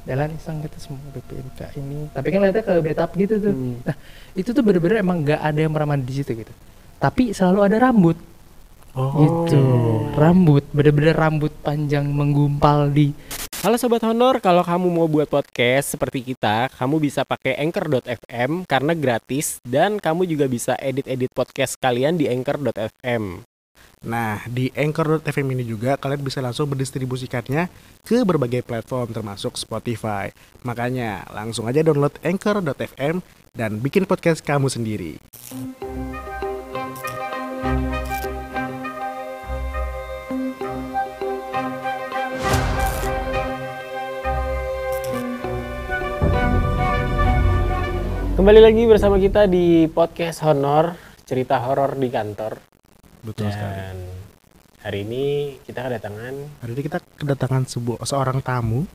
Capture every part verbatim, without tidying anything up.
jalan iseng kita semua B P M K ini, tapi kan lihatnya ke bathtub gitu tuh. Hmm. Nah itu tuh bener-bener emang nggak ada yang pernah mandi di situ gitu, tapi selalu ada rambut. Oh. Gitu, rambut, bener-bener rambut panjang menggumpal di. Halo Sobat Honor, kalau kamu mau buat podcast seperti kita, kamu bisa pakai anchor dot f m karena gratis, dan kamu juga bisa edit-edit podcast kalian di anchor dot f m. Nah, di anchor dot f m ini juga kalian bisa langsung mendistribusikannya ke berbagai platform termasuk Spotify. Makanya langsung aja download anchor dot f m dan bikin podcast kamu sendiri. Kembali lagi bersama kita di podcast Honor, cerita horor di kantor. Betul Dan sekali. hari ini kita kedatangan Hari ini kita kedatangan sebuah seorang tamu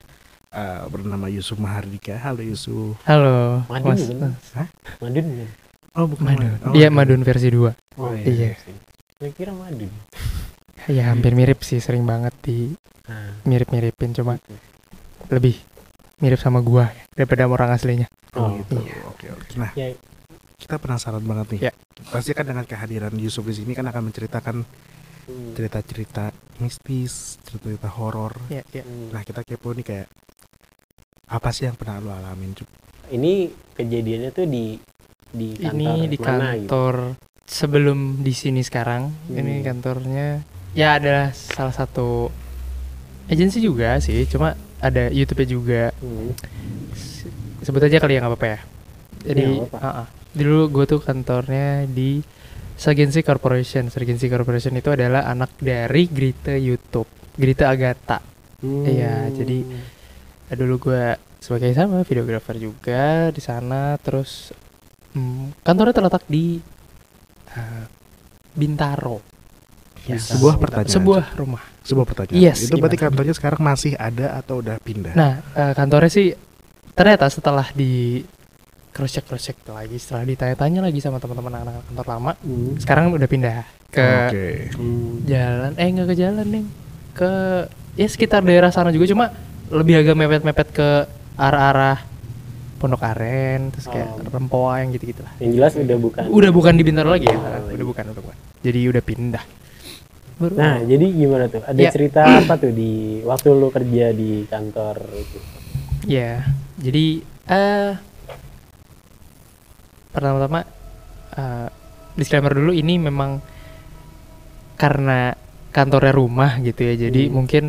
uh, bernama Yusuf Mahardika. Halo Yusuf. Halo Madun Mas. kan? Hah? Madun kan? Oh bukan Madun. Oh, Iya Madun versi dua. Oh iya. Saya kira Madun. Ya hampir mirip sih, sering banget di Nah, mirip-miripin, cuma gitu. lebih mirip sama gua daripada orang aslinya. Oh, Oh, gitu. iya. Oke oke. Nah, Ya. kita penasaran banget nih. Ya. Pasti kan dengan kehadiran Yusuf di sini kan akan menceritakan Hmm. cerita-cerita mistis, cerita-cerita horor. Ya, ya. Hmm. Nah, kita kepo nih kayak apa sih yang pernah lo alamin, Cup? Ini kejadiannya tuh di di kantor Ini di mana gitu? kantor sebelum di sini sekarang. Hmm. Ini kantornya ya adalah salah satu agensi juga sih, cuma ada YouTube-nya juga. Hmm. Sebut aja kali ya, nggak apa-apa ya. Jadi, Iya, nggak apa-apa. uh-uh. dulu gue tuh kantornya di Sargency Corporation. Sargency Corporation itu adalah anak dari Grita YouTube, Grita Agatha. Hmm. Iya, jadi dulu gue sebagai sama videografer juga di sana. Terus hmm, kantornya terletak di uh, Bintaro. Ya, Sebuah pertanyaan. Sebuah rumah. Sebuah pertanyaan. Yes, Itu berarti gimana? kantornya sekarang masih ada atau udah pindah? Nah, uh, kantornya sih ternyata setelah di cross check cross check lagi, setelah ditanya-tanya lagi sama teman-teman anak-anak kantor lama, Hmm. sekarang udah pindah ke Oke. Hmm. jalan, eh nggak ke jalan nih, ke ya sekitar daerah sana juga, cuma lebih agak mepet-mepet ke arah-arah Pondok Aren, terus kayak Oh. Rempoa yang gitu-gitu lah. Yang jelas udah bukan. Udah bukan di Bintaro lagi ya, Oh, udah iya. bukan, udah bukan. Jadi udah pindah. Baru Nah, jadi gimana tuh? Ada Ya. cerita apa tuh di waktu lu kerja di kantor itu? ya, jadi eh pertama-tama eh, disclaimer dulu, ini memang karena kantornya rumah gitu ya, jadi Hmm. mungkin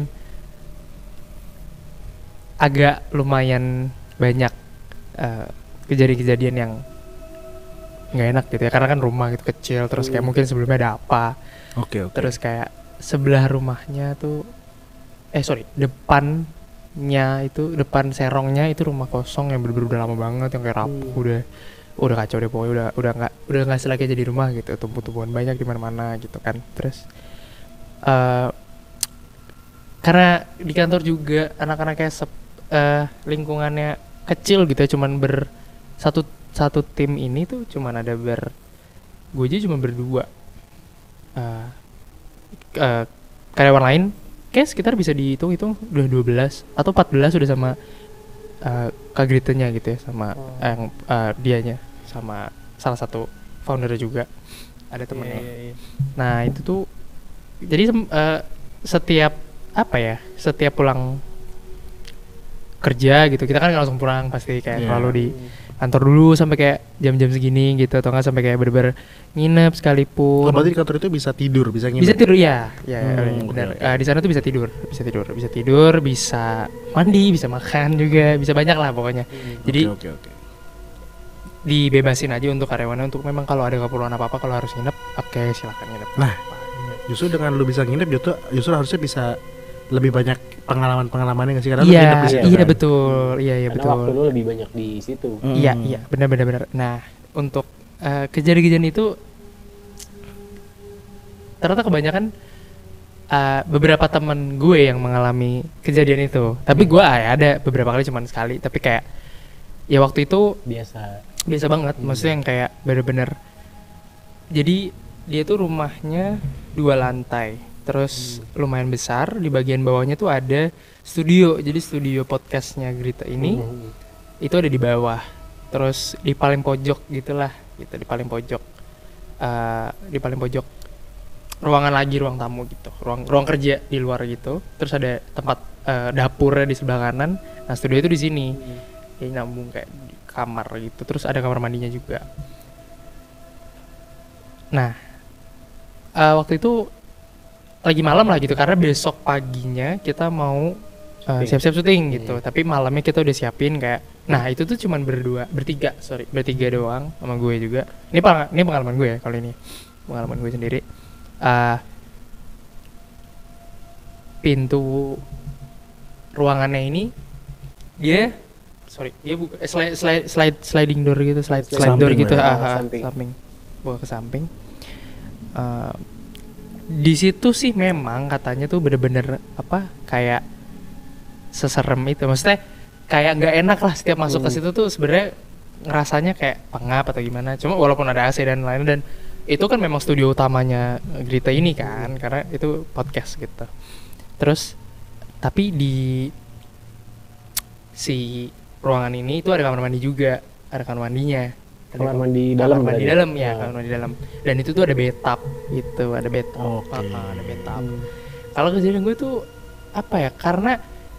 agak lumayan banyak eh, kejadian-kejadian yang nggak enak gitu ya, karena kan rumah gitu kecil, terus kayak Hmm. mungkin sebelumnya ada apa, Oke oke. terus kayak sebelah rumahnya tuh eh sorry depannya itu, depan serongnya itu rumah kosong yang bener-bener udah lama banget, yang kayak rapuh, Hmm. udah udah kacau deh pokoknya, udah udah nggak udah nggak selagi jadi rumah gitu, tumbuh-tumbuhan banyak di mana-mana gitu kan. Terus eh karena di kantor juga anak-anaknya sep- eh, lingkungannya kecil gitu ya, cuman ber satu satu tim ini tuh cuman ada ber gue aja cuma berdua. Eh, eh, karyawan lain kayak sekitar bisa dihitung-hitung udah dua belas atau empat belas udah, sama uh, kagritenya gitu ya, sama Oh. eh, yang uh, dianya, sama salah satu founder juga ada temennya. Iya, iya, iya. Nah itu tuh jadi sem- uh, setiap apa ya setiap pulang kerja gitu, kita kan nggak langsung pulang, pasti kayak Iya. selalu di kantor dulu sampai kayak jam-jam segini gitu, atau nggak sampai kayak bener-bener nginep sekalipun. Oh, berarti di kantor itu bisa tidur, bisa nginep. Bisa tidur ya, ya Hmm, benar. oke, oke. Eh, di sana tuh bisa tidur, bisa tidur, bisa tidur, bisa mandi, bisa makan juga, bisa banyak lah pokoknya. Jadi Oke oke oke. dibebasin aja untuk karyawannya untuk memang kalau ada keperluan apa apa, kalau harus nginep, oke silakan nginep. Nah, Justru dengan lu bisa nginep, justru justru harusnya bisa lebih banyak pengalaman-pengalamannya nggak sih? Karena lu Iya, nginep di situ iya kan? betul, iya iya Karena betul. waktu lu lebih banyak di situ. Mm. Iya iya benar benar benar. Nah untuk eh, kejadian-kejadian itu ternyata kebanyakan eh, beberapa teman gue yang mengalami kejadian itu. Tapi gue ah, ada beberapa kali, cuman sekali. Tapi kayak ya waktu itu Biasa. biasa banget. Hmm. Maksudnya yang kayak bener-bener. Jadi dia tuh rumahnya dua lantai. Terus lumayan besar, di bagian bawahnya tuh ada studio. Jadi studio podcastnya Grita ini Hmm. itu ada di bawah. Terus di paling pojok gitulah, gitu di paling pojok. Eh, di paling pojok ruangan lagi, ruang tamu gitu, ruang ruang kerja di luar gitu. Terus ada tempat eh, dapurnya di sebelah kanan. Nah studio itu di sini, jadi nyambung kayak di kamar gitu. Terus ada kamar mandinya juga. Nah eh, waktu itu lagi malam lah gitu, karena besok paginya kita mau eh, siap-siap syuting gitu. Tapi malamnya kita udah siapin kayak, nah itu tuh cuman berdua, bertiga, sorry, bertiga doang sama gue juga. Ini peng- ini pengalaman gue ya kalau ini, pengalaman gue sendiri. Ah, pintu ruangannya ini dia, sorry, dia buka eh, slide, slide slide sliding door gitu, slide slide door Samping gitu, lah ya. ah, ah, Samping. samping, buka ke samping. Ah, di situ sih memang katanya tuh bener-bener apa kayak seserem itu, maksudnya kayak nggak enak lah setiap masuk ke Hmm. situ tuh sebenarnya ngerasanya kayak pengap atau gimana. Cuma walaupun ada A C dan lain, dan itu kan memang studio utamanya Grita ini kan, karena itu podcast gitu. Terus tapi di si ruangan ini itu ada kamar mandi juga, ada kamar mandinya. Ada Kamar kam- mandi kamar dalam mandi berarti? dalam ya, Oh. kamar mandi dalam. Dan itu tuh ada bathtub gitu, ada bathtub. Oke. Ah, ah, ada bathtub. Hmm. Kalau kejadian gue tuh apa ya? Karena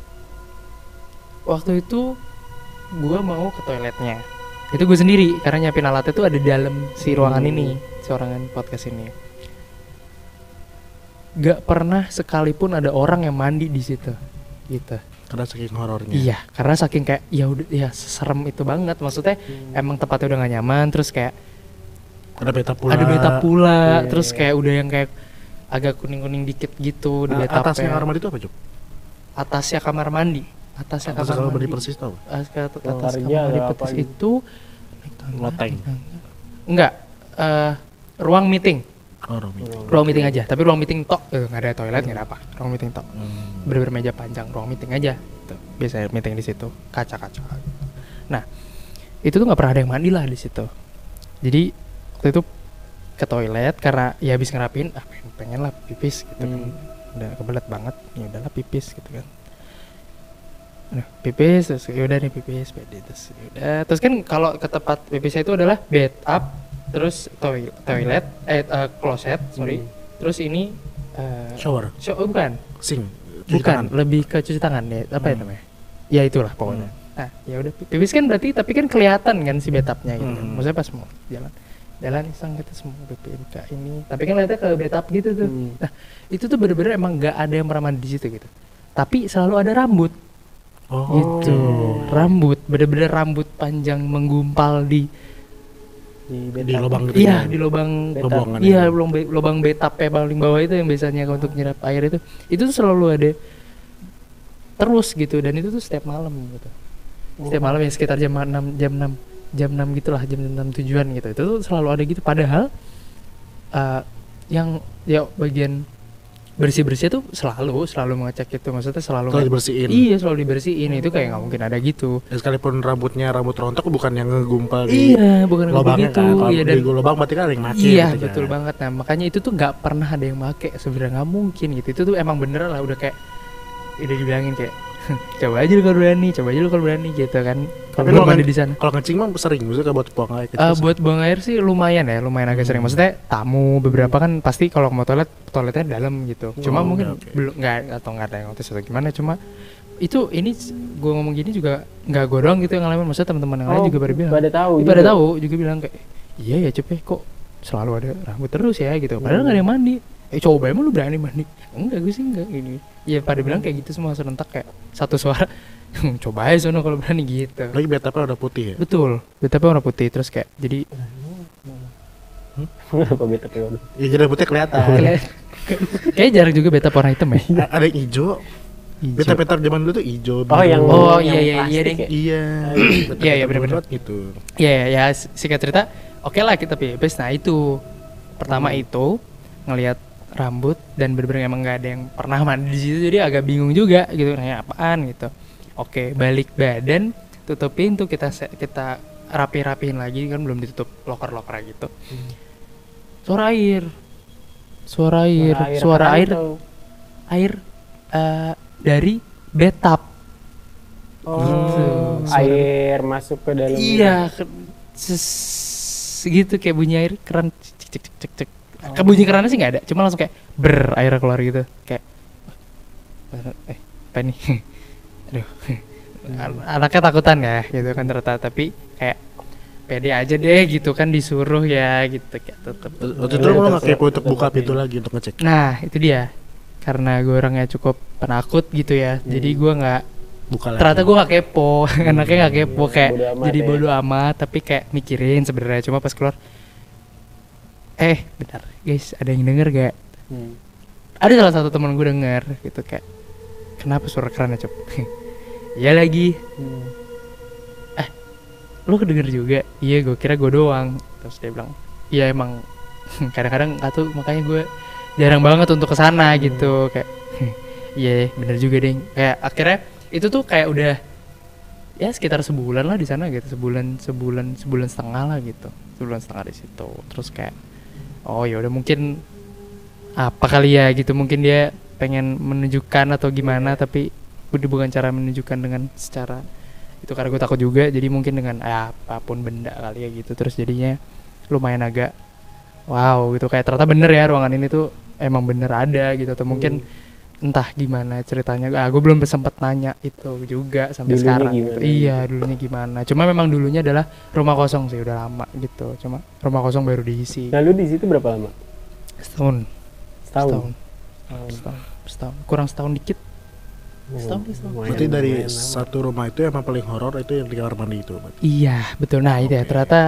waktu itu gue mau ke toiletnya. Itu gue sendiri karena nyiapin alatnya tuh ada di dalam si ruangan Hmm. ini, si ruangan podcast ini. Gak pernah sekalipun ada orang yang mandi di situ, gitu. Karena saking horornya. Iya, karena saking kayak ya udah ya serem itu banget. Maksudnya emang tempatnya udah gak nyaman, terus kayak Ada beta pula. ada bathtub pula, Iya, terus iya. kayak udah yang kayak agak kuning-kuning dikit gitu di Nah, bathtubnya. atasnya kamar mandi itu apa, Cuk? Atasnya kamar mandi, atasnya Atas kamar kamar mandi mandi. persis tau? Atas, atas Kamar kamar kerja mandi atau persis apa gitu? itu Loteng. enggak, eh, ruang meeting, Oh, Romi. ruang meeting aja. Tapi ruang meeting tok, eh, nggak ada toilet, nggak ada apa. Ruang meeting tok, Hmm. bener-bener meja panjang, ruang meeting aja. Gitu. Biasanya meeting di situ, kaca-kaca. Nah, itu tuh nggak pernah ada yang mandi lah di situ. Jadi waktu itu ke toilet karena ya habis ngerapin, ah pengen, pengen lah pipis gitu kan. Hmm. Udah kebelet banget, ya udahlah pipis gitu kan. Nah, pipis terus ya udah nih pipis pede terus ya udah. Terus kan kalau ke tempat pipisnya itu adalah bathtub, terus toilet, toilet eh uh, closet, sorry. Hmm. Terus ini eh Shower, so- oh, bukan, sink, cuci bukan, tangan. lebih ke cuci tangan ya, apa ya Hmm. namanya? Ya itulah pokoknya. Nah, ya udah pipis kan berarti tapi kan kelihatan kan si bathtubnya gitu. kan. Hmm. Maksudnya pas mau jalan jalan iseng kita semua pipis buka ini. Tapi kan lihatnya ke bathtub gitu tuh. Hmm. Nah, itu tuh bener-bener emang nggak ada yang pernah mandi di situ gitu. Tapi selalu ada rambut Oh, gitu. Rambut, bener-bener rambut panjang menggumpal di Di, di bathtub. lubang gitu. iya ya? di lubang Bathtub. Lubangan iya itu. lubang be- lubang bathtub ya paling bawah itu yang biasanya untuk nyerap air itu. Itu tuh selalu ada terus gitu, dan itu tuh setiap malam gitu. Setiap malam ya sekitar jam enam jam enam jam enam gitulah, jam enam tujuan gitu. Itu tuh selalu ada gitu, padahal eh, yang ya bagian bersih-bersih tuh selalu selalu mengecek itu, maksudnya selalu Kalau dibersihin. iya selalu dibersihin. Itu kayak nggak mungkin ada gitu. Ya, sekalipun rambutnya rambut rontok bukan yang ngegumpal di Iya, bukan lubangnya begitu. kan. Kalau Iya, di dan lubang berarti kan ada yang make iya gitu betul kan. banget. Nah makanya itu tuh nggak pernah ada yang make sebenarnya, nggak mungkin gitu. Itu tuh emang bener lah, udah kayak udah dibilangin kayak coba aja lu kalau berani, coba aja lu kalau berani gitu kan. Kalau Tapi belum kalau ada nge- di sana. Kalau ngecing mah sering, maksudnya buat buang air gitu. Eh, buat buang air sih lumayan ya, lumayan agak sering. Maksudnya tamu beberapa kan pasti kalau mau toilet, toiletnya dalam gitu. Cuma Oh, mungkin oke, oke. belum nggak atau nggak ada yang notice atau gimana. Cuma itu ini gue ngomong gini juga nggak gue doang gitu yang ngalamin. Maksudnya teman-teman yang lain Oh, juga pada bilang. pada tahu Iya, pada juga. tahu juga bilang kayak iya ya Cep, eh, kok selalu ada rambut terus ya gitu. Padahal nggak ada yang mandi. Eh coba emang lu berani mandi? Enggak, gue sih enggak gini. Ya pada bilang kayak gitu semua serentak kayak satu suara. Coba aja sono kalau berani gitu. Lagi bathtubnya udah putih ya. Betul, betapa warna putih terus kayak jadi Kenapa beta peon? Ya jadi rambutnya kelihatan. kayak kayak jarang juga betapa warna hitam ya. A- ada yang hijau. Hijau. Beta-beta zaman dulu tuh hijau. Oh, biru. yang Oh, yang iya, iya, iya, plastik deh. ya? Iya. Iya, iya, bener-bener. Beta-beta gitu. Iya ya, ya singkat cerita, oke lah kita pipis. Nah itu pertama itu ngelihat rambut dan bener-bener emang nggak ada yang pernah mandi di situ, jadi agak bingung juga gitu, nanya apaan gitu. Oke, balik badan, tutup pintu, kita se- kita rapi-rapiin lagi kan, belum ditutup loker-loker gitu. Suara air, Suara air, suara air, atau- air eh, dari bathtub. Oh, Gitu. Suara- air masuk ke dalam. Iya, ke- ses- gitu kayak bunyi air keran cek cek cek cek cek. Ke bunyi kerannya sih nggak ada, cuma langsung kayak ber airnya keluar gitu, kayak eh apa nih, aduh, An- anaknya takutan ya gitu kan ternyata, tapi kayak pede aja deh gitu kan disuruh ya gitu kayak tetep. Waktu itu lo nggak kepo untuk buka pintu lagi untuk ngecek. Nah itu dia, karena gue orangnya cukup penakut gitu ya, jadi gue nggak Buka lagi. ternyata gue nggak kepo, anaknya nggak kepo kayak bodo amat jadi ya. bodo amat, tapi kayak mikirin sebenarnya, cuma pas keluar eh bentar guys ada yang denger gak, Hmm. ada salah satu teman gue denger gitu kayak kenapa suara kerannya cep. Iya lagi, Hmm. lu kedenger juga? Iya gue kira gue doang. Terus dia bilang iya emang kadang-kadang nggak tuh, makanya gue jarang banget untuk kesana gitu kayak iya bener juga deh, kayak akhirnya itu tuh kayak udah ya sekitar sebulan lah di sana gitu, sebulan sebulan sebulan setengah lah gitu, sebulan setengah di situ. Terus kayak oh ya udah mungkin apa kali ya gitu, mungkin dia pengen menunjukkan atau gimana, tapi udah bukan cara menunjukkan dengan secara itu, karena gue takut juga, jadi mungkin dengan eh, apapun benda kali ya gitu. Terus jadinya lumayan agak wow gitu, kayak ternyata bener ya ruangan ini tuh emang bener ada gitu, atau mungkin entah gimana ceritanya, ah gue belum sempet nanya itu juga sampai Dulunya sekarang gitu. gimana Iya dulunya gimana, cuma memang dulunya adalah rumah kosong sih, udah lama gitu, cuma rumah kosong baru diisi Nah, lu di situ berapa lama? setahun Setahun. setahun setahun, setahun. kurang setahun dikit. Setahun, setahun. Lumayan, Berarti dari lumayan lama. satu rumah itu yang paling horor itu yang di kamar mandi itu. berarti. Iya betul, nah itu ya Oke. ternyata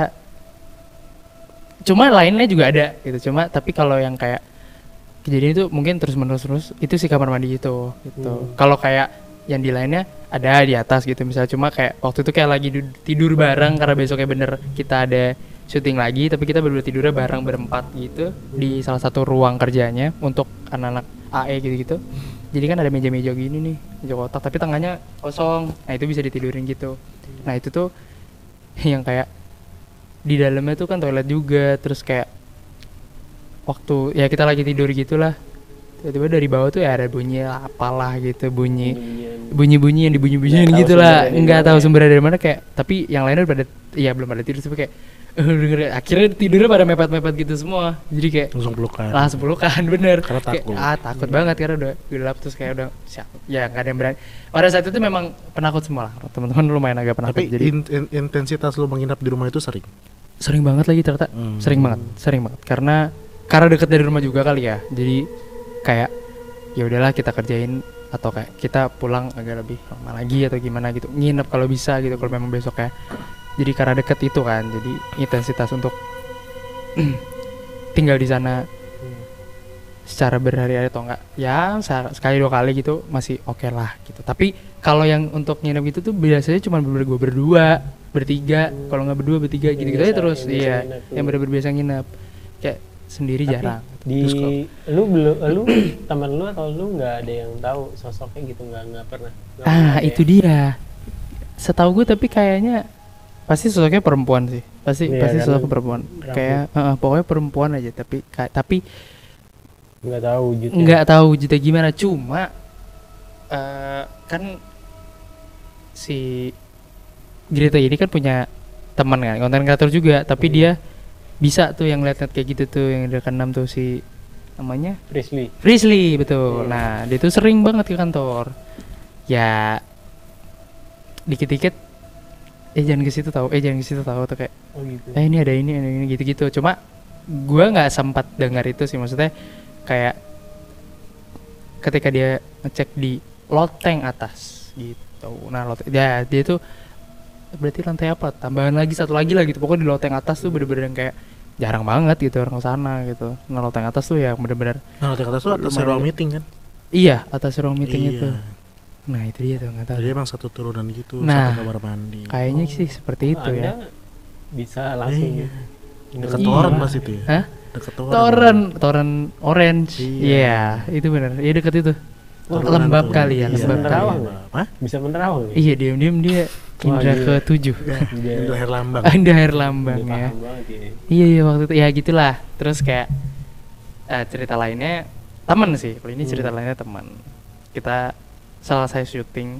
cuma lainnya juga ada gitu, cuma tapi kalau yang kayak kejadian itu mungkin terus menerus terus itu si kamar mandi itu gitu. Hmm. Kalau kayak yang di lainnya ada di atas gitu misalnya, cuma kayak waktu itu kayak lagi du- tidur bareng karena besoknya bener kita ada syuting lagi, tapi kita berdua tidurnya bareng berempat gitu di salah satu ruang kerjanya untuk anak-anak A E gitu-gitu. Jadi kan ada meja-meja gini nih, meja kotak tapi tengahnya kosong. Nah itu bisa ditidurin gitu. Nah itu tuh yang kayak di dalamnya tuh kan toilet juga, terus kayak waktu ya kita lagi tidur gitulah, tiba-tiba dari bawah tuh ya ada bunyi apalah gitu, bunyi bunyi-bunyi yang dibunyi-bunyiin Nggak tahu gitu lah, sumbernya dari nggak mana tahu ya. sumbernya dari mana, kayak tapi yang lainnya pada ya belum pada tidur, tapi kayak eh, denger, akhirnya tidurnya pada mepet-mepet gitu semua, jadi kayak Langsung pelukan. langsung pelukan bener. Karena Kayak, takut. ah takut banget karena udah gelap, terus kayak udah siap ya nggak ada yang berani. Pada saat itu memang penakut semua lah, teman-teman lumayan agak penakut. Tapi Jadi in- in- intensitas lu menginap di rumah itu sering. sering banget lagi ternyata, Hmm. sering banget, sering banget karena karena deket dari rumah juga kali ya, jadi kayak ya udahlah kita kerjain atau kayak kita pulang agak lebih lama lagi atau gimana gitu, nginep kalau bisa gitu kalau memang besok ya. Jadi karena deket itu kan, jadi intensitas untuk tinggal di sana secara berhari-hari atau enggak ya sa- sekali dua kali gitu masih oke lah gitu. Tapi kalau yang untuk nginep gitu tuh biasanya cuma berdua, gue berdua bertiga, kalau nggak berdua bertiga Yang gitu gitu aja biasa- terus. yang biasa Iya nginep tuh. yang bener-bener biasa nginep, kayak sendiri Tapi jarang. Di Terus kalau- lu belum lu teman lu atau lu nggak ada yang tahu sosoknya gitu, nggak nggak pernah. Nggak pernah Ah ada itu dia, setahu gue tapi kayaknya pasti sosoknya perempuan sih, pasti Iya, pasti karena sosok perempuan, rambut. kayak eh, pokoknya perempuan aja, tapi kayak tapi ya? Nggak tahu wujudnya. nggak tahu wujudnya gimana, cuma eh, kan si Greta ini kan punya teman kan konten kreator juga, tapi Hmm. dia bisa tuh yang lihat-lihat kayak gitu tuh, yang dari keenam tuh si namanya Frisley. Frisley betul. Hmm. Nah dia tuh sering banget ke kantor, ya dikit-dikit eh jangan ke situ tahu, eh jangan ke situ tahu tuh kayak Oh gitu. eh ini ada ini ada ini gitu-gitu. Cuma gua nggak sempat dengar itu sih, maksudnya kayak ketika dia ngecek di loteng atas gitu. Nah loteng ya dia tuh berarti lantai apa tambahan lagi satu lagi lah gitu, pokoknya di loteng atas tuh bener-bener yang kayak jarang banget gitu orang kesana gitu. Nah loteng atas tuh ya bener-bener Nah, di atas tuh atas Lumayan. ruang meeting kan. iya atas ruang meeting Iya. itu. Nah itu dia tuh nggak tahu, Jadi emang satu turunan gitu, Nah, satu kamar mandi. kayaknya Oh. sih seperti itu Anda ya. bisa langsung Iya. ngerti. Dekat Iya. toren pas itu ya. Hah? Dekat toren. Toren, toren orange. Iya. Iya, itu benar. Iya deket itu. Torenan Lembab tuh. kali ya, Iya. lembab kali. Nerawang. Ya. Hah? Bisa menerawang ya? Iya, diam-diam dia indra gila. ke tujuh. Dia- Indo Air Lambang. Anda air dia lambang ya. paham banget ya. Iya, iya waktu itu ya gitulah. Terus kayak eh, cerita lainnya teman sih. Kalau ini cerita Hmm. lainnya teman. Kita selesai syuting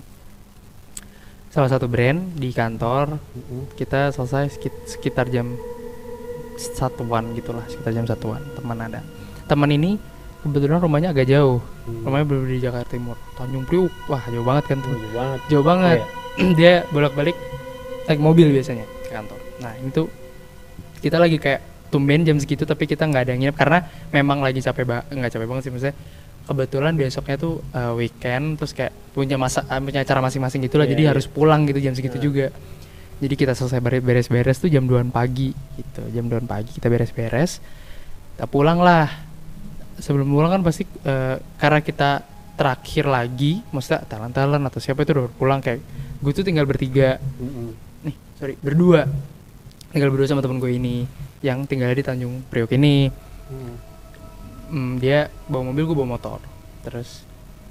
salah satu brand di kantor. Mm-mm. Kita selesai sekit- sekitar jam satuan gitulah, sekitar jam satuan. Teman ada. Teman ini kebetulan rumahnya agak jauh. Hmm. Rumahnya belum di Jakarta Timur, Tanjung Priuk. Wah, jauh banget kan tuh. Jauh banget. Jauh banget. Iya. Dia bolak-balik naik mobil biasanya ke kantor. Nah, ini tuh kita lagi kayak tumben jam segitu tapi kita nggak ada yang nginep karena memang lagi capek banget, nggak capek banget sih maksudnya. Kebetulan besoknya tuh uh, weekend, terus kayak punya masa uh, punya acara masing-masing gitulah, Iya, jadi iya. harus pulang gitu jam segitu Nah. juga. Jadi kita selesai bare- beres-beres tuh jam duaan pagi gitu. Jam duaan pagi kita beres-beres. Kita pulang lah. Sebelum pulang kan pasti uh, karena kita terakhir lagi, maksudnya talent-talent atau siapa itu udah pulang, kayak gue tuh tinggal bertiga. Mm-mm. Nih, sorry, berdua. Tinggal berdua sama temen gue ini yang tinggal di Tanjung Priok ini. Hmm. Hmm, dia bawa mobil, gue bawa motor. Terus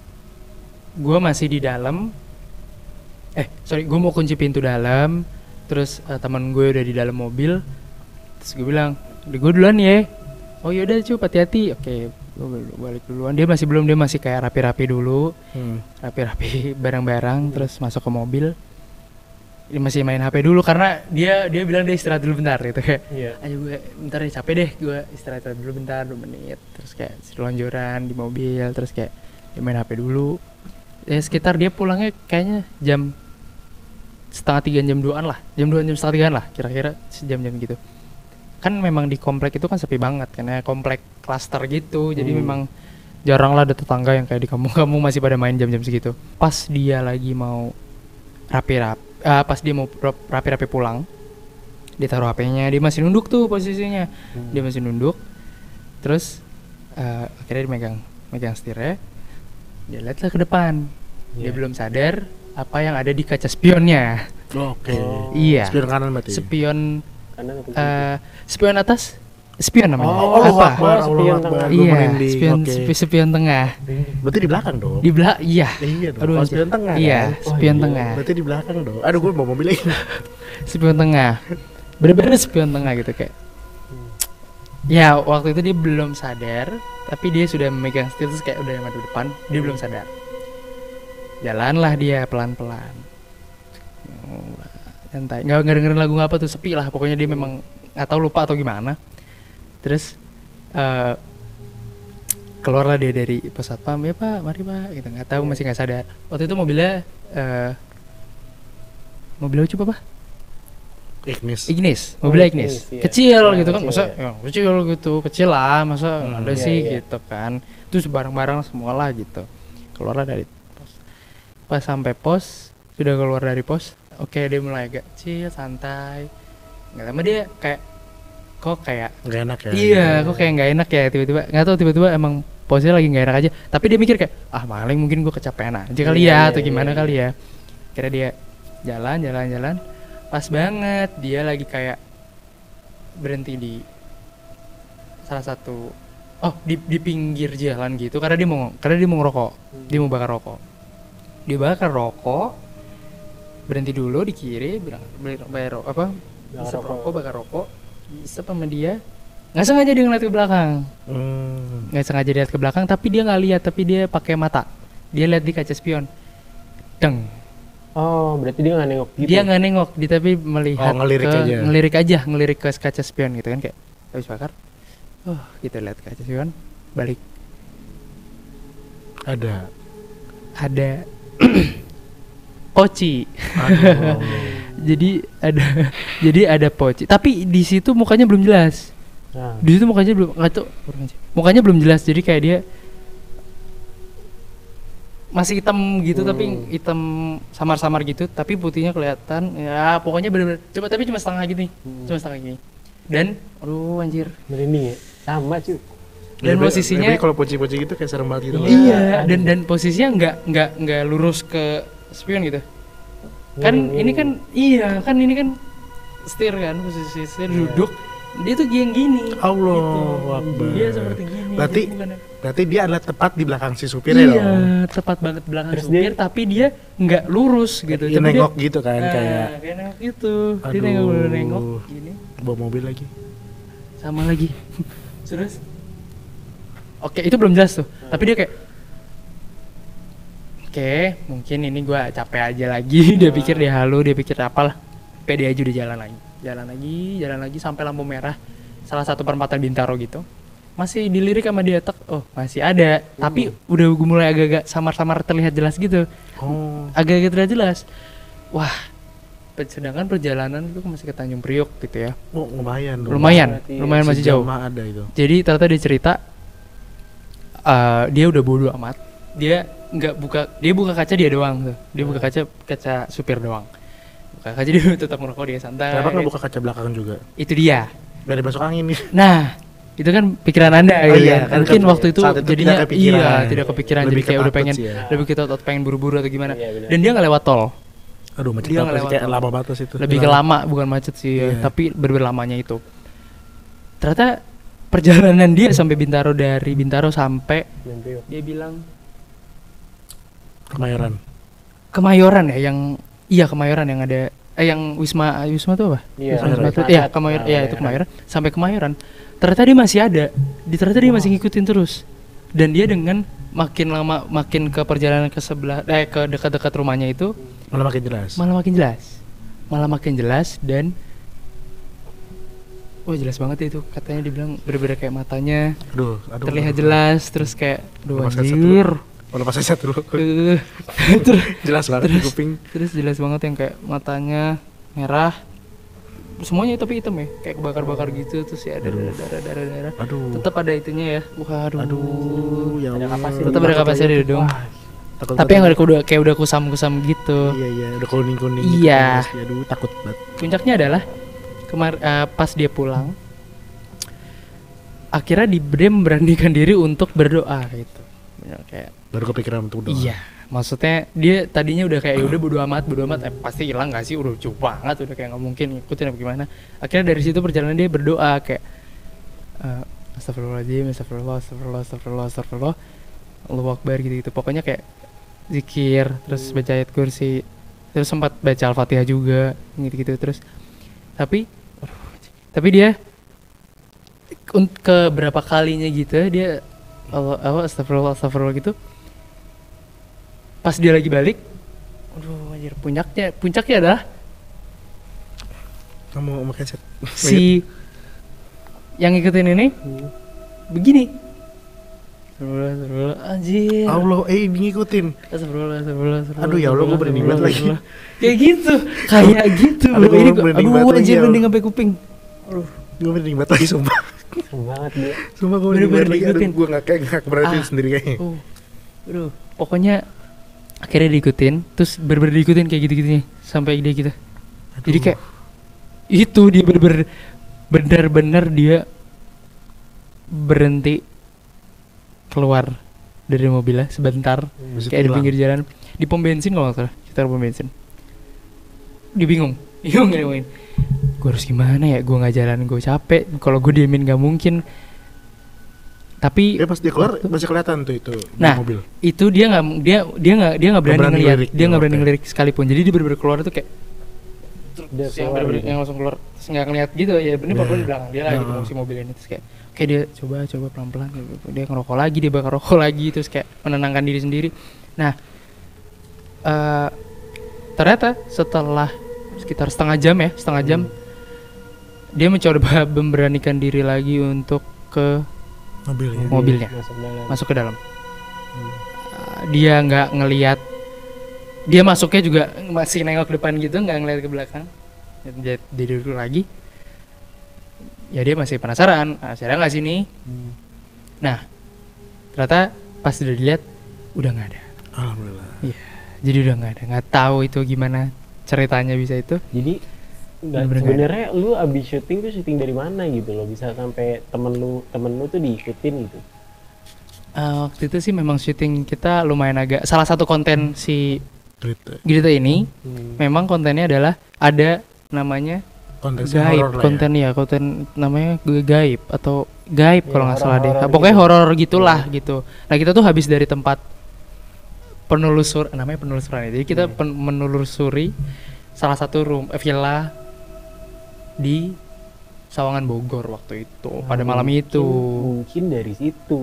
gue masih di dalam. Eh, sorry, gue mau kunci pintu dalam. Terus uh, teman gue udah di dalam mobil. Terus gue bilang, "Udah, gue duluan ya." "Oh yaudah cuy, hati-hati." Oke, gue balik duluan. Dia masih belum, dia masih kayak rapi-rapi dulu, Hmm. rapi-rapi barang-barang. Terus masuk ke mobil. Dia masih main H P dulu karena dia dia bilang dia istirahat dulu bentar gitu kayak. Iya. Ayo gue bentar deh, capek deh, gue istirahat dulu bentar dua menit. Terus kayak selonjoran di mobil, terus kayak dia main H P dulu. Ya sekitar dia pulangnya kayaknya jam setengah tiga, jam duaan lah, jam dua jam setengah tigaan lah, kira-kira jam-jam gitu. Kan memang di komplek itu kan sepi banget karena komplek klaster gitu, jadi Hmm. memang jarang lah ada tetangga yang kayak di kampung-kampung masih pada main jam-jam segitu. Pas dia lagi mau rapi-rapi, uh, pas dia mau rap- rapi-rapi pulang, dia taruh H P-nya, dia masih nunduk tuh posisinya, Hmm. dia masih nunduk. Terus uh, akhirnya dia megang megang setirnya, dia lihatlah ke depan. Dia Iya. belum sadar apa yang ada di kaca spionnya. Oke. Oh. Iya. Spion kanan berarti. Spion Kanan apa kiri? uh, spion atas, spion namanya. Oh, Allah apa? Akbar, Oh, spion Allah tengah. Akbar. Gua Iya, merinding. spion Oke. spi- spion tengah. Berarti di belakang dong. Di belakang, iya. Iya dong. Aduh, Kalau anjir. spion tengah Iya, kan? Oh, spion iya. tengah. Berarti di belakang dong. Aduh, gue bawa mobil lagi. Spion tengah. Bener-bener spion tengah gitu kayak. Ya, waktu itu dia belum sadar, tapi dia sudah memegang setir terus kayak udah madu depan, dia belum sadar. Jalanlah dia pelan-pelan. Santai, nggak nggak dengerin lagu apa tuh, sepi lah pokoknya. Dia memang nggak tahu, lupa atau gimana. Terus eh keluarlah dia dari pos satpam, "Ya Pak, mari Pak," gitu, nggak tahu, masih nggak sadar. Waktu itu mobilnya eh mobilnya coba apa? Ignis. Ignis, Oh, mobilnya Ignis, Ignis, iya. kecil Nah, gitu kan, kecil, masa ya. ya, kecil gitu, kecil lah, masa Hmm, ada iya, sih iya. gitu kan. Terus barang-barang semua lah gitu. Keluarlah dari pos. Pas sampai pos, sudah keluar dari pos, oke dia mulai agak chill, santai. Nggak lama dia kayak, kok kayak Gak enak ya. iya, kok kayak nggak enak ya tiba-tiba. Nggak tahu tiba-tiba emang posnya lagi nggak enak aja. Tapi dia mikir kayak, ah paling mungkin gue kecapean aja kali Iya, ya, iya, atau gimana iya, kali ya. Kira dia jalan, jalan, jalan. Pas banget dia lagi kayak berhenti di salah satu, oh di di pinggir jalan gitu, karena dia mau karena dia mau ngerokok, dia mau bakar rokok. Dia bakar rokok, berhenti dulu di kiri, bilang beli- bayar ro- apa? Bakar Isep rokok. rokok, bakar rokok, isep sama dia. Nggak sengaja dia ngeliat ke belakang, Hmm. nggak sengaja dia lihat ke belakang, tapi dia nggak lihat, tapi dia pakai mata, dia lihat di kaca spion, deng. Oh, berarti dia nggak nengok gitu. Dia nggak nengok, dia tapi melihat Oh, ngelirik ke, aja. ngelirik aja, ngelirik ke kaca spion gitu kan, kayak habis bakar, oh gitu lihat ke kaca spion, balik Ada. ada poci. Aduh. Jadi ada, jadi ada poci, tapi di situ mukanya belum jelas, Nah, di situ mukanya belum, nggak tahu, mukanya belum jelas, jadi kayak dia masih hitam gitu, Hmm. tapi hitam samar-samar gitu, tapi putihnya kelihatan, ya pokoknya bener-bener, coba tapi cuma setengah gini, Hmm. cuma setengah gini, dan aduh anjir, merinding ya. Sama cuy. dan Lebih- posisinya lebih kalau poci-poci gitu kayak serem banget gitu. iya, dan dan posisinya nggak nggak nggak lurus ke spion gitu, kan Hmm. ini kan iya kan ini kan setir kan, posisi setir duduk, dia tuh yang gini, Allah gitu. Akbar. Dia seperti gini, Berarti jadi bukan- berarti dia adalah tepat di belakang si supirnya iya, dong. tepat banget belakang Terus supir, dia- tapi dia nggak lurus gitu, Dia tapi nengok dia, gitu kan nah, kayak kayak nengok gitu, dia Aduh. nengok bener nengok gini, bawa mobil lagi. sama lagi, terus Oke, itu belum jelas tuh. Tapi dia kayak oke, mungkin ini gue capek aja lagi. Dia pikir dia halu, dia pikir apalah. Pede aja udah jalan lagi. Jalan lagi, jalan lagi sampai lampu merah. Salah satu perempatan Bintaro gitu. Masih dilirik sama dia, tek. Oh, masih ada. Hmm. Tapi udah gue mulai agak-agak samar-samar terlihat jelas gitu. Oh. Agak-agak terlihat jelas. Wah, sedangkan perjalanan itu masih ke Tanjung Priok gitu ya. Oh, lumayan dong. Lumayan, lumayan masih jauh. Ada itu. Jadi ternyata dia cerita uh, dia udah bodo amat. Dia nggak buka, dia buka kaca dia doang tuh. Dia buka kaca kaca supir doang. Buka kaca dia tetap merokok, dia santai. Kenapa nggak buka kaca belakang juga? Itu dia. Biar masuk angin nih. Nah, itu kan pikiran Anda oh, gitu iya, kan. Mungkin waktu itu, itu jadinya tidak kepikiran. Iya, tidak kepikiran. Lebih jadi kayak udah pengen ya. lebih kita pengen buru-buru atau gimana. Iya, dan dia nggak lewat tol. Aduh, macet Dia apa sih, kayak tol. lama batas itu. Lebih ke lama, bukan macet sih, Iya. ya. Tapi berberlamanya itu. Ternyata perjalanan dia sampai Bintaro, dari Bintaro sampai dia bilang Kemayoran. Kemayoran ya, yang iya Kemayoran yang ada eh yang Wisma Wisma itu apa? Iya, Wisma, Wisma itu, Kemayoran. iya Kemayoran, iya itu Kemayoran. Sampai Kemayoran. Ternyata dia masih ada. Di ternyata dia masih ngikutin terus. Dan dia dengan makin lama makin ke perjalanan ke sebelah eh ke dekat-dekat rumahnya itu Malah makin jelas. malah makin jelas. Malah makin jelas dan wah jelas banget itu, katanya dibilang bener-bener kayak matanya Aduh, aduh. terlihat aduh. jelas, terus kayak aduh Lepas headset anjir. Oh, lepas headset dulu. Eh, terus, Jelas banget di terus, kuping. terus jelas banget yang kayak matanya merah, semuanya tapi hitam ya, kayak kebakar-bakar gitu, terus ya ada darah-darah-darah. Aduh. Tetap ada itunya ya. Waduh. Aduh, ya Ada Allah. kapasnya. Tetap ada kapasnya dia dong. Takut Tapi yang udah udah kayak udah kusam-kusam gitu. Iya, iya, udah kuning-kuning Iya. gitu. Aduh, takut banget. Puncaknya adalah kemar eh, pas dia pulang, akhirnya di, dia memberanikan diri untuk berdoa gitu. Ya, kayak Baru kepikiran untuk doa. iya, maksudnya dia tadinya udah kayak udah bodo amat, bodo amat, eh, pasti hilang gak sih, udah jauh banget, udah kayak nggak mungkin ngikutin apa gimana. Akhirnya dari situ perjalanan dia berdoa kayak uh, astagfirullahaladzim, astagfirullah, astagfirullah, astagfirullah, astagfirullah, Allahu Akbar gitu-gitu. Pokoknya kayak zikir, terus baca ayat kursi, terus sempat baca Al-Fatihah juga, gitu-gitu terus. Tapi, tapi dia un- ke berapa kalinya gitu dia Allah, Allah astagfirullah, astagfirullah gitu. Pas dia lagi balik, aduh anjir, puncaknya, puncaknya adalah Kamu mau pakai headset? si yang ngikutin ini begini. Astagfirullah, astagfirullah, anjir. Allah, eh ngikutin. Astagfirullah, astagfirullah, astagfirullah. Aduh, ya Allah, gue berani banget lagi. Kayak gitu, kayak gitu. Aduh, Bro. Ini gue gua- merinding aduh banget lagi, anjir, ya. merinding sampai kuping. Aduh, gue merinding banget lagi, sumpah. banget dia. Sumpah gue Bener-bener merinding banget lagi. Aduh, diikutin. gue gak kayak gak berarti Ah. sendiri kayaknya. Oh, aduh, pokoknya akhirnya diikutin, terus bener-bener diikutin kayak gitu-gitunya sampai dia gitu. Jadi kayak itu dia bener-bener bener-bener dia berhenti keluar dari mobilnya sebentar, Habis itu kayak di hilang. pinggir jalan, di pom bensin kalau nggak salah, sekitar pom bensin. Dia bingung, bingung ngomongin, gue harus gimana ya, gue nggak jalan, gue capek, kalau gue diemin nggak mungkin. Tapi Eh pas dia keluar waktu- masih kelihatan tuh itu di Nah, mobil. itu dia nggak dia dia nggak dia nggak berani, berani ngeliat, ngelirik, dia nggak oh, berani oke. ngelirik sekalipun. Jadi dia bener-bener keluar tuh kayak Dia terus yang keluar bener-bener gitu. yang langsung keluar, terus nggak ngeliat gitu ya, bener Nah. pokoknya di belakang dia lah gitu, Nah. si mobil ini, terus kayak kayak dia coba coba pelan-pelan gitu. Dia ngerokok lagi, dia bakar rokok lagi, terus kayak menenangkan diri sendiri. Nah, eh ternyata setelah sekitar setengah jam ya setengah jam dia mencoba memberanikan diri lagi untuk ke Mobilnya. mobilnya, Masuk dalam. masuk ke dalam. Uh, dia nggak ngelihat, dia masuknya juga masih nengok ke depan gitu, nggak ngeliat ke belakang. Dia, dia duduk lagi, ya dia masih penasaran, ah, saya nggak sini. Hmm. Nah, ternyata pas udah dilihat udah nggak ada. Alhamdulillah. Jadi udah nggak ada, nggak tahu itu gimana ceritanya bisa itu. Jadi nggak, Bener-bener sebenarnya lu abis syuting tuh syuting dari mana gitu loh, bisa sampai temen lu temen lu tuh diikutin gitu. Uh, waktu itu sih memang syuting kita lumayan agak, salah satu konten si Cerita. Gita ini Hmm. memang kontennya adalah ada namanya Konteksnya gaib, horor lah ya. konten ya, konten namanya gue gaib atau gaib Iya, kalau nggak salah deh. horor-horor Pokoknya gitu. horor gitulah gitu. Nah kita tuh habis dari tempat penelusur, namanya penelusuran ya. Jadi kita Hmm. pen- menelusuri salah satu room eh, villa di Sawangan Bogor waktu itu pada malam Mungkin- itu. Mungkin dari situ.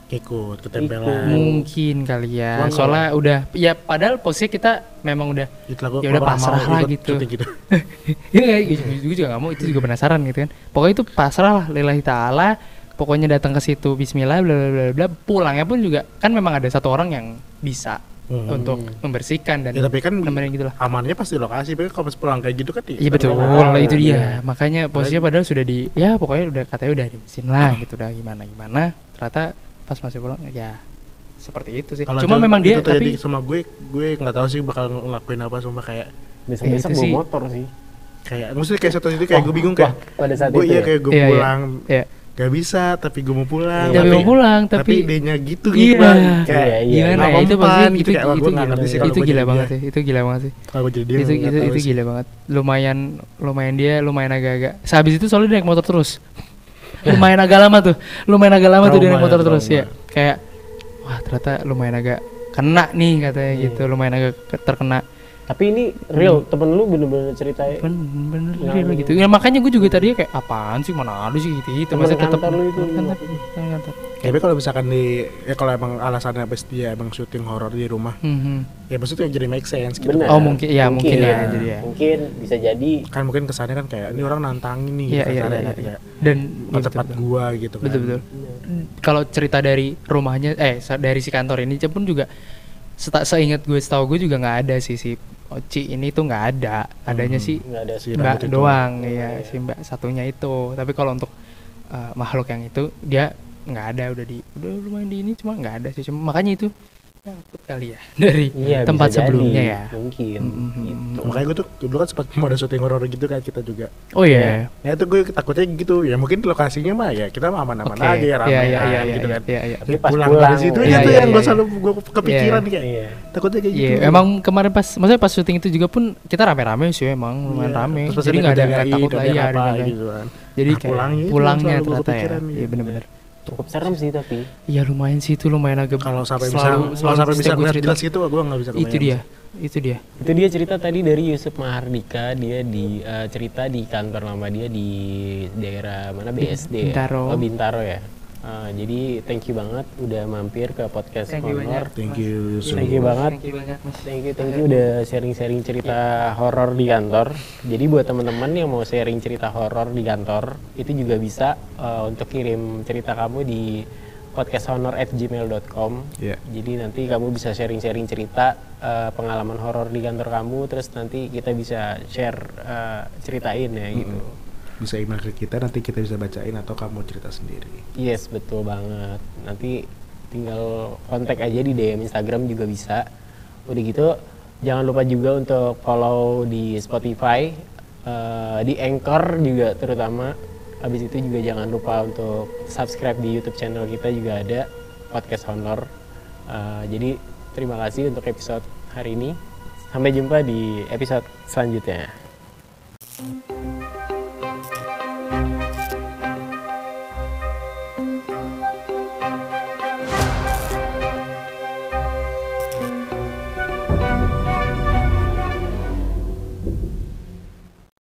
Ikut ketempelan. Mungkin kali ya. Cuman Soalnya udah ya padahal posisinya kita memang udah Itulah gua ya udah gua pasrah mau lah ikut gitu. syuting gitu. Iya, gue juga gak mau, itu juga penasaran gitu kan. Pokoknya itu pasrah lah lillahi ta'ala. Pokoknya datang ke situ bismillah bla bla bla bla. Pulangnya pun juga kan memang ada satu orang yang bisa Hmm. untuk membersihkan dan Ya tapi kan nemenin gitu lah. amannya pasti di lokasi, tapi kalau pas pulang kayak gitu kan ya Iya kita betul, nggak tahu. itu dia. Iya. Makanya posisinya padahal sudah di ya pokoknya udah katanya udah dibersihin lah gitu, udah gimana gimana. Ternyata pas masih pulang ya seperti itu sih. Kalau Cuma itu- memang dia itu terjadi tapi sama gue, gue nggak tahu sih bakal ngelakuin apa, sumpah kayak Besok-besok itu bawa sih. motor sih. kayak maksudnya kayak satu itu kayak Wah, gue bingung wah, kayak pada saat gue itu iya ya? kayak gue Iya, iya. pulang ya gak bisa tapi gue mau pulang tapi mau pulang tapi, tapi dianya gitu iya. gitu Bang. kayak Iya, iya. gimana nggak ya itu mempan pasti gitu, itu kayak, wah, itu gue nggak gila, ngerti sih kalau itu gue gila jadi banget dia. sih, itu gila banget sih. kalau gue jadi dia itu nggak itu tahu itu sih. gila banget, lumayan lumayan dia lumayan agak-agak sehabis itu soalnya dia naik motor terus lumayan agak lama tuh lumayan agak lama tuh dia naik Trauma motor ya, terus trauma. ya kayak wah ternyata lumayan agak kena nih katanya Hmm. gitu, lumayan agak ke- terkena. Tapi ini real, temen lu bener-bener ceritain. bener-bener Nah, real ini. gitu ya, makanya gue juga tadi kayak apaan sih, mana ada sih gitu gitu Temen masih tetap kantor lu itu. kantor, temen kantor. Ya, tapi kalau misalkan di ya kalau emang alasannya pas dia emang syuting horor di rumah Mhm. ya maksudnya jadi make sense gitu. Bener. Oh mungkin ya mungkin, ya Mungkin. jadi ya. Mungkin bisa jadi. Kan mungkin kesannya kan kayak ini orang nantangin nih Iya, iya, kasarnya iya, kan, iya. kayak Dan "Oh, iya, tempat betul, gua gitu kan. betul betul. Kalau cerita dari rumahnya eh sa- dari si kantor ini pun juga seta, seingat gue setahu gue juga nggak ada sih si Oci ini tuh nggak ada, adanya Hmm. sih Nggak ada Si Mbak rambut itu. doang Oh, ya, iya. si Mbak satunya itu. Tapi kalau untuk uh, makhluk yang itu dia nggak ada, udah di udah lumayan di ini cuma nggak ada sih, cuma makanya itu takut kali ya dari Iya, tempat bisa sebelumnya jadi. ya. Mungkin. Mm-mm. Gitu. Makanya gue tuh dulu kan sempat mau ada syuting horor gitu kan kita juga. Oh iya. Ya itu gue takutnya gitu. Ya mungkin lokasinya mah ya kita mah aman-aman Oke. aja ya rame Iya iya iya gitu iya, kan. iya, iya. Tapi Ya, pas pulang, pulang, dari situ iya, ya tuh iya, yang iya, gue iya. selalu gue kepikiran kayak Iya. takutnya kayak gitu. Iya, emang kemarin pas, maksudnya pas syuting itu juga pun kita rame-rame sih, emang lumayan Iya. rame. Terus pas Jadi ada nggak ada nggak ngejagain, takut ada lah ya. apa ada gitu kan. Jadi Nah, kayak pulangnya itu pulangnya selalu gua ternyata ya. kepikiran, Iya iya. benar-benar. Cukup serem sih tapi. Iya lumayan sih itu, lumayan agak Kalau sampai bisa selalu- kalau selalu sampai bisa setiap gua ngeliat cerita. jelas gitu gue nggak bisa Itu kebayang dia, sih. itu dia. Itu dia cerita tadi dari Yusuf Mahardika, dia di eh, cerita di kantor lama dia di daerah mana B S D. ya? Bintaro. Oh, Bintaro ya. Eh, jadi thank you banget udah mampir ke podcast Thank you Honor. banyak. Thank you. Yusuf. Thank you banget. Thank you banyak Mas. Thank you, thank you udah sharing-sharing cerita horor di kantor. Jadi buat teman-teman yang mau sharing cerita horor di kantor, itu juga bisa eh, untuk kirim cerita kamu di podcasthonor at gmail dot com. Iya. Jadi nanti kamu bisa sharing-sharing cerita eh, pengalaman horor di kantor kamu, terus nanti kita bisa share eh, ceritain ya gitu. Bisa email ke kita nanti kita bisa bacain atau kamu cerita sendiri. Yes, betul banget. Nanti tinggal kontak aja di D M Instagram juga bisa. Udah gitu, jangan lupa juga untuk follow di Spotify, eh, di Anchor juga terutama. Habis itu juga jangan lupa untuk subscribe di YouTube channel kita juga ada Podcast Honor. Eh, jadi terima kasih untuk episode hari ini. Sampai jumpa di episode selanjutnya.